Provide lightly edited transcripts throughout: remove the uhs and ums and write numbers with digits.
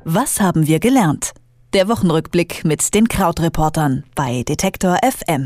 Was haben wir gelernt? Der Wochenrückblick mit den Krautreportern bei Detektor FM.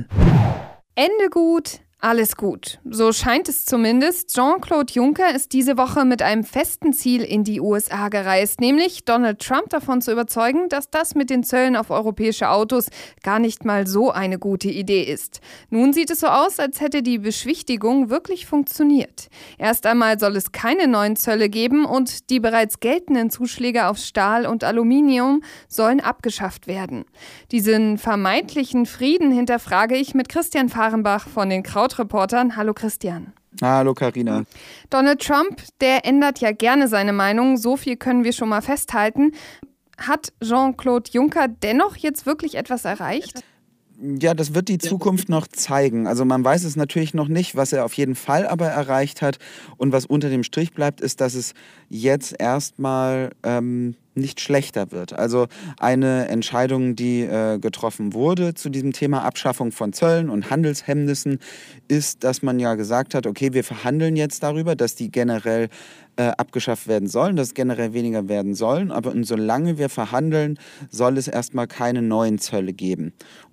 Ende gut, alles gut. So scheint es zumindest. Jean-Claude Juncker ist diese Woche mit einem festen Ziel in die USA gereist, nämlich Donald Trump davon zu überzeugen, dass das mit den Zöllen auf europäische Autos gar nicht mal so eine gute Idee ist. Nun sieht es so aus, als hätte die Beschwichtigung wirklich funktioniert. Erst einmal soll es keine neuen Zölle geben und die bereits geltenden Zuschläge auf Stahl und Aluminium sollen abgeschafft werden. Diesen vermeintlichen Frieden hinterfrage ich mit Christian Fahrenbach von den Krautreportern. Hallo Christian. Hallo Carina. Donald Trump, der ändert ja gerne seine Meinung, so viel können wir schon mal festhalten. Hat Jean-Claude Juncker dennoch jetzt wirklich etwas erreicht? Ja, das wird die Zukunft noch zeigen. Also man weiß es natürlich noch nicht, was er auf jeden Fall aber erreicht hat. Und was unter dem Strich bleibt, ist, dass es jetzt erstmal nicht schlechter wird. Also eine Entscheidung, die getroffen wurde zu diesem Thema Abschaffung von Zöllen und Handelshemmnissen, ist, dass man ja gesagt hat, okay, wir verhandeln jetzt darüber, dass die generell abgeschafft werden sollen, dass es generell weniger werden sollen. Aber solange wir verhandeln, soll es erstmal keine neuen Zölle geben.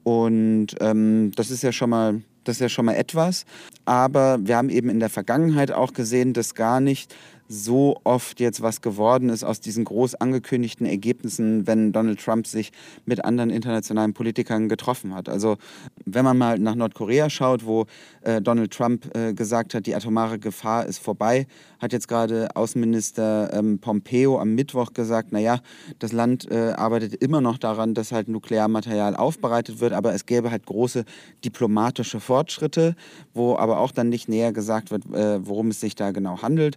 Und das ist ja schon mal etwas. Aber wir haben eben in der Vergangenheit auch gesehen, dass gar nicht so oft jetzt was geworden ist aus diesen groß angekündigten Ergebnissen, wenn Donald Trump sich mit anderen internationalen Politikern getroffen hat. Also wenn man mal nach Nordkorea schaut, wo Donald Trump gesagt hat, die atomare Gefahr ist vorbei, hat jetzt gerade Außenminister Pompeo am Mittwoch gesagt, naja, das Land arbeitet immer noch daran, dass halt Nuklearmaterial aufbereitet wird, aber es gäbe halt große diplomatische Fortschritte, wo aber auch dann nicht näher gesagt wird, worum es sich da genau handelt.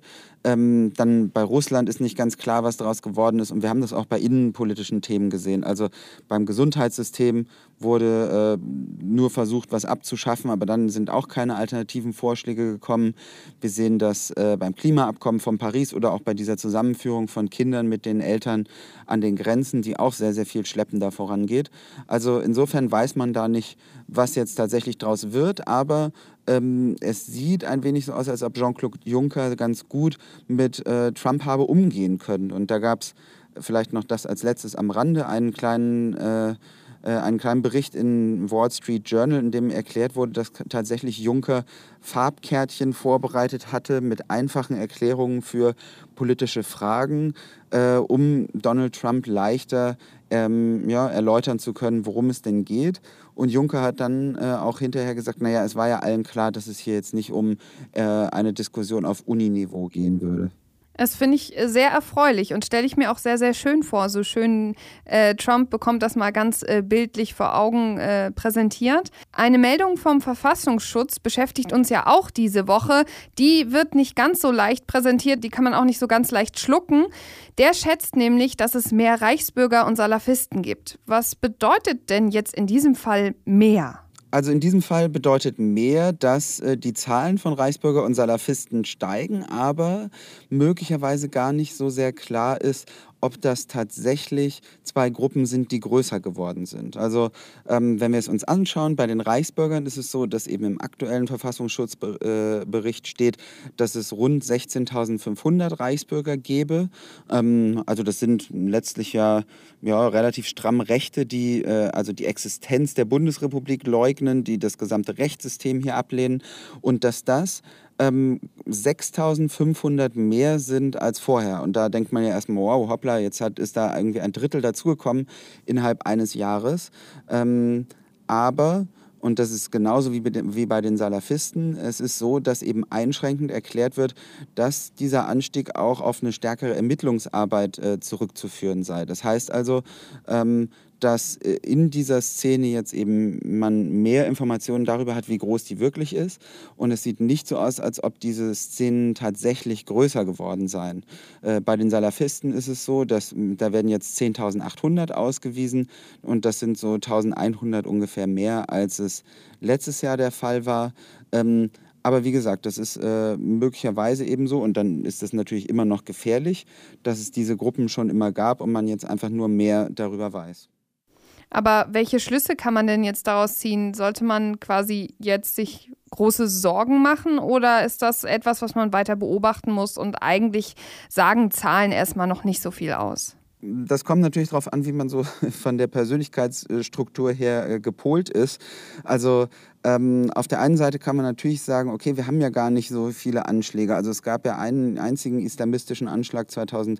Dann bei Russland ist nicht ganz klar, was daraus geworden ist. Und wir haben das auch bei innenpolitischen Themen gesehen. Also beim Gesundheitssystem wurde nur versucht, was abzuschaffen, aber dann sind auch keine alternativen Vorschläge gekommen. Wir sehen das beim Klimaabkommen von Paris oder auch bei dieser Zusammenführung von Kindern mit den Eltern an den Grenzen, die auch sehr, sehr viel schleppender vorangeht. Also insofern weiß man da nicht, was jetzt tatsächlich draus wird, aber es sieht ein wenig so aus, als ob Jean-Claude Juncker ganz gut mit Trump habe umgehen können. Und da gab es vielleicht noch das als letztes am Rande, einen kleinen Bericht im Wall Street Journal, in dem erklärt wurde, dass tatsächlich Juncker Farbkärtchen vorbereitet hatte mit einfachen Erklärungen für politische Fragen, um Donald Trump leichter erläutern zu können, worum es denn geht. Und Juncker hat dann auch hinterher gesagt, naja, es war ja allen klar, dass es hier jetzt nicht um eine Diskussion auf Uniniveau gehen würde. Das finde ich sehr erfreulich und stelle ich mir auch sehr, sehr schön vor. So schön Trump bekommt das mal ganz bildlich vor Augen präsentiert. Eine Meldung vom Verfassungsschutz beschäftigt uns ja auch diese Woche. Die wird nicht ganz so leicht präsentiert, die kann man auch nicht so ganz leicht schlucken. Der schätzt nämlich, dass es mehr Reichsbürger und Salafisten gibt. Was bedeutet denn jetzt in diesem Fall mehr? Also in diesem Fall bedeutet mehr, dass die Zahlen von Reichsbürger und Salafisten steigen, aber möglicherweise gar nicht so sehr klar ist, ob das tatsächlich zwei Gruppen sind, die größer geworden sind. Also wenn wir es uns anschauen, bei den Reichsbürgern ist es so, dass eben im aktuellen Verfassungsschutzbericht steht, dass es rund 16.500 Reichsbürger gäbe. Also das sind letztlich ja relativ stramm Rechte, die also die Existenz der Bundesrepublik leugnen, die das gesamte Rechtssystem hier ablehnen und dass das 6.500 mehr sind als vorher. Und da denkt man ja erstmal, wow, hoppla, jetzt ist da irgendwie ein Drittel dazugekommen innerhalb eines Jahres. Aber, und das ist genauso wie bei den Salafisten, es ist so, dass eben einschränkend erklärt wird, dass dieser Anstieg auch auf eine stärkere Ermittlungsarbeit zurückzuführen sei. Das heißt also, dass in dieser Szene jetzt eben man mehr Informationen darüber hat, wie groß die wirklich ist. Und es sieht nicht so aus, als ob diese Szenen tatsächlich größer geworden seien. Bei den Salafisten ist es so, dass da werden jetzt 10.800 ausgewiesen und das sind so 1.100 ungefähr mehr, als es letztes Jahr der Fall war. Aber wie gesagt, das ist möglicherweise eben so und dann ist es natürlich immer noch gefährlich, dass es diese Gruppen schon immer gab und man jetzt einfach nur mehr darüber weiß. Aber welche Schlüsse kann man denn jetzt daraus ziehen? Sollte man quasi jetzt sich große Sorgen machen oder ist das etwas, was man weiter beobachten muss und eigentlich sagen Zahlen erstmal noch nicht so viel aus? Das kommt natürlich darauf an, wie man so von der Persönlichkeitsstruktur her gepolt ist. Also auf der einen Seite kann man natürlich sagen, okay, wir haben ja gar nicht so viele Anschläge. Also es gab ja einen einzigen islamistischen Anschlag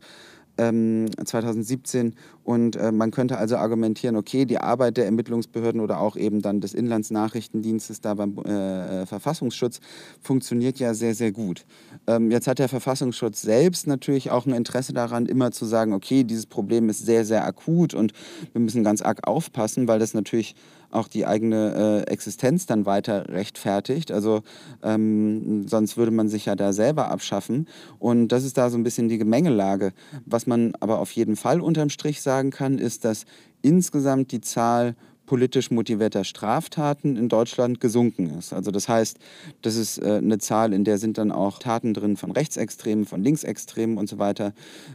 2017 und man könnte also argumentieren, okay, die Arbeit der Ermittlungsbehörden oder auch eben dann des Inlandsnachrichtendienstes da beim Verfassungsschutz funktioniert ja sehr, sehr gut. Jetzt hat der Verfassungsschutz selbst natürlich auch ein Interesse daran, immer zu sagen, okay, dieses Problem ist sehr, sehr akut und wir müssen ganz arg aufpassen, weil das natürlich auch die eigene Existenz dann weiter rechtfertigt. Also sonst würde man sich ja da selber abschaffen. Und das ist da so ein bisschen die Gemengelage. Was man aber auf jeden Fall unterm Strich sagen kann, ist, dass insgesamt die Zahl politisch motivierter Straftaten in Deutschland gesunken ist. Also das heißt, das ist eine Zahl, in der sind dann auch Taten drin von Rechtsextremen, von Linksextremen und so weiter.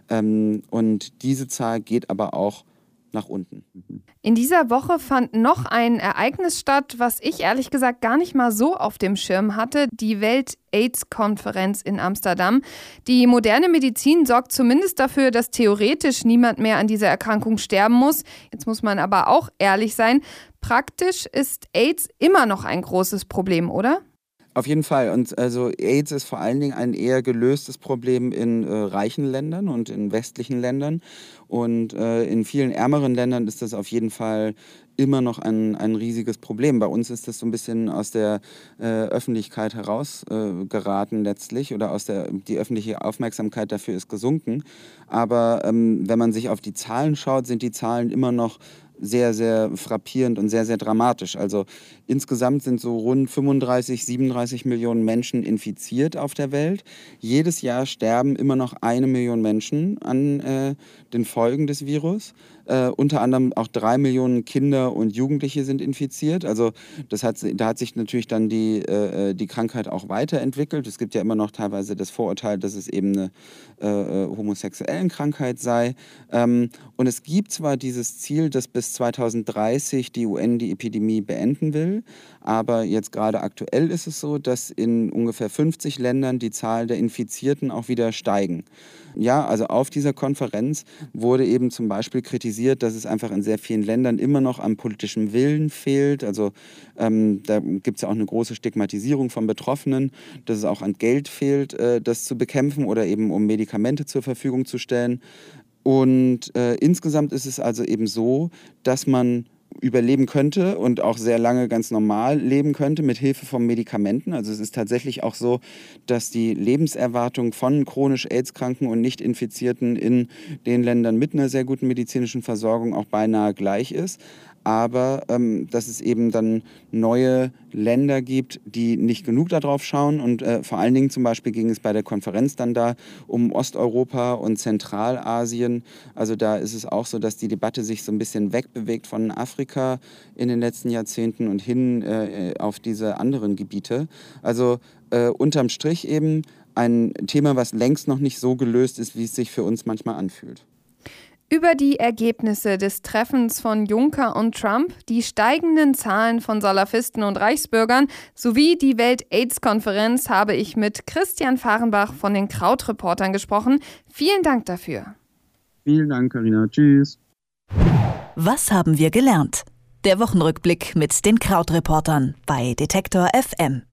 Und diese Zahl geht aber auch nach unten. In dieser Woche fand noch ein Ereignis statt, was ich ehrlich gesagt gar nicht mal so auf dem Schirm hatte, die Welt-AIDS-Konferenz in Amsterdam. Die moderne Medizin sorgt zumindest dafür, dass theoretisch niemand mehr an dieser Erkrankung sterben muss. Jetzt muss man aber auch ehrlich sein, praktisch ist AIDS immer noch ein großes Problem, oder? Auf jeden Fall. Und also AIDS ist vor allen Dingen ein eher gelöstes Problem in reichen Ländern und in westlichen Ländern. Und in vielen ärmeren Ländern ist das auf jeden Fall immer noch ein riesiges Problem. Bei uns ist das so ein bisschen aus der Öffentlichkeit herausgeraten letztlich oder die öffentliche Aufmerksamkeit dafür ist gesunken. Aber wenn man sich auf die Zahlen schaut, sind die Zahlen immer noch sehr, sehr frappierend und sehr, sehr dramatisch. Also insgesamt sind so rund 35, 37 Millionen Menschen infiziert auf der Welt. Jedes Jahr sterben immer noch 1 Million Menschen an den Folgen des Virus. Unter anderem auch 3 Millionen Kinder und Jugendliche sind infiziert. Also da hat sich natürlich dann die Krankheit auch weiterentwickelt. Es gibt ja immer noch teilweise das Vorurteil, dass es eben eine homosexuellen Krankheit sei. Und es gibt zwar dieses Ziel, dass bis 2030 die UN die Epidemie beenden will, aber jetzt gerade aktuell ist es so, dass in ungefähr 50 Ländern die Zahl der Infizierten auch wieder steigen. Ja, also auf dieser Konferenz wurde eben zum Beispiel kritisiert, dass es einfach in sehr vielen Ländern immer noch am politischen Willen fehlt. Also da gibt es ja auch eine große Stigmatisierung von Betroffenen, dass es auch an Geld fehlt, das zu bekämpfen oder eben um Medikamente zur Verfügung zu stellen. Und insgesamt ist es also eben so, dass man überleben könnte und auch sehr lange ganz normal leben könnte mit Hilfe von Medikamenten. Also es ist tatsächlich auch so, dass die Lebenserwartung von chronisch AIDS-Kranken und Nicht-Infizierten in den Ländern mit einer sehr guten medizinischen Versorgung auch beinahe gleich ist. Aber dass es eben dann neue Länder gibt, die nicht genug darauf schauen. Und vor allen Dingen zum Beispiel ging es bei der Konferenz dann da um Osteuropa und Zentralasien. Also da ist es auch so, dass die Debatte sich so ein bisschen wegbewegt von Afrika in den letzten Jahrzehnten und hin auf diese anderen Gebiete. Also unterm Strich eben ein Thema, was längst noch nicht so gelöst ist, wie es sich für uns manchmal anfühlt. Über die Ergebnisse des Treffens von Juncker und Trump, die steigenden Zahlen von Salafisten und Reichsbürgern sowie die Welt-AIDS-Konferenz habe ich mit Christian Fahrenbach von den Krautreportern gesprochen. Vielen Dank dafür. Vielen Dank, Carina. Tschüss. Was haben wir gelernt? Der Wochenrückblick mit den Krautreportern bei Detektor FM.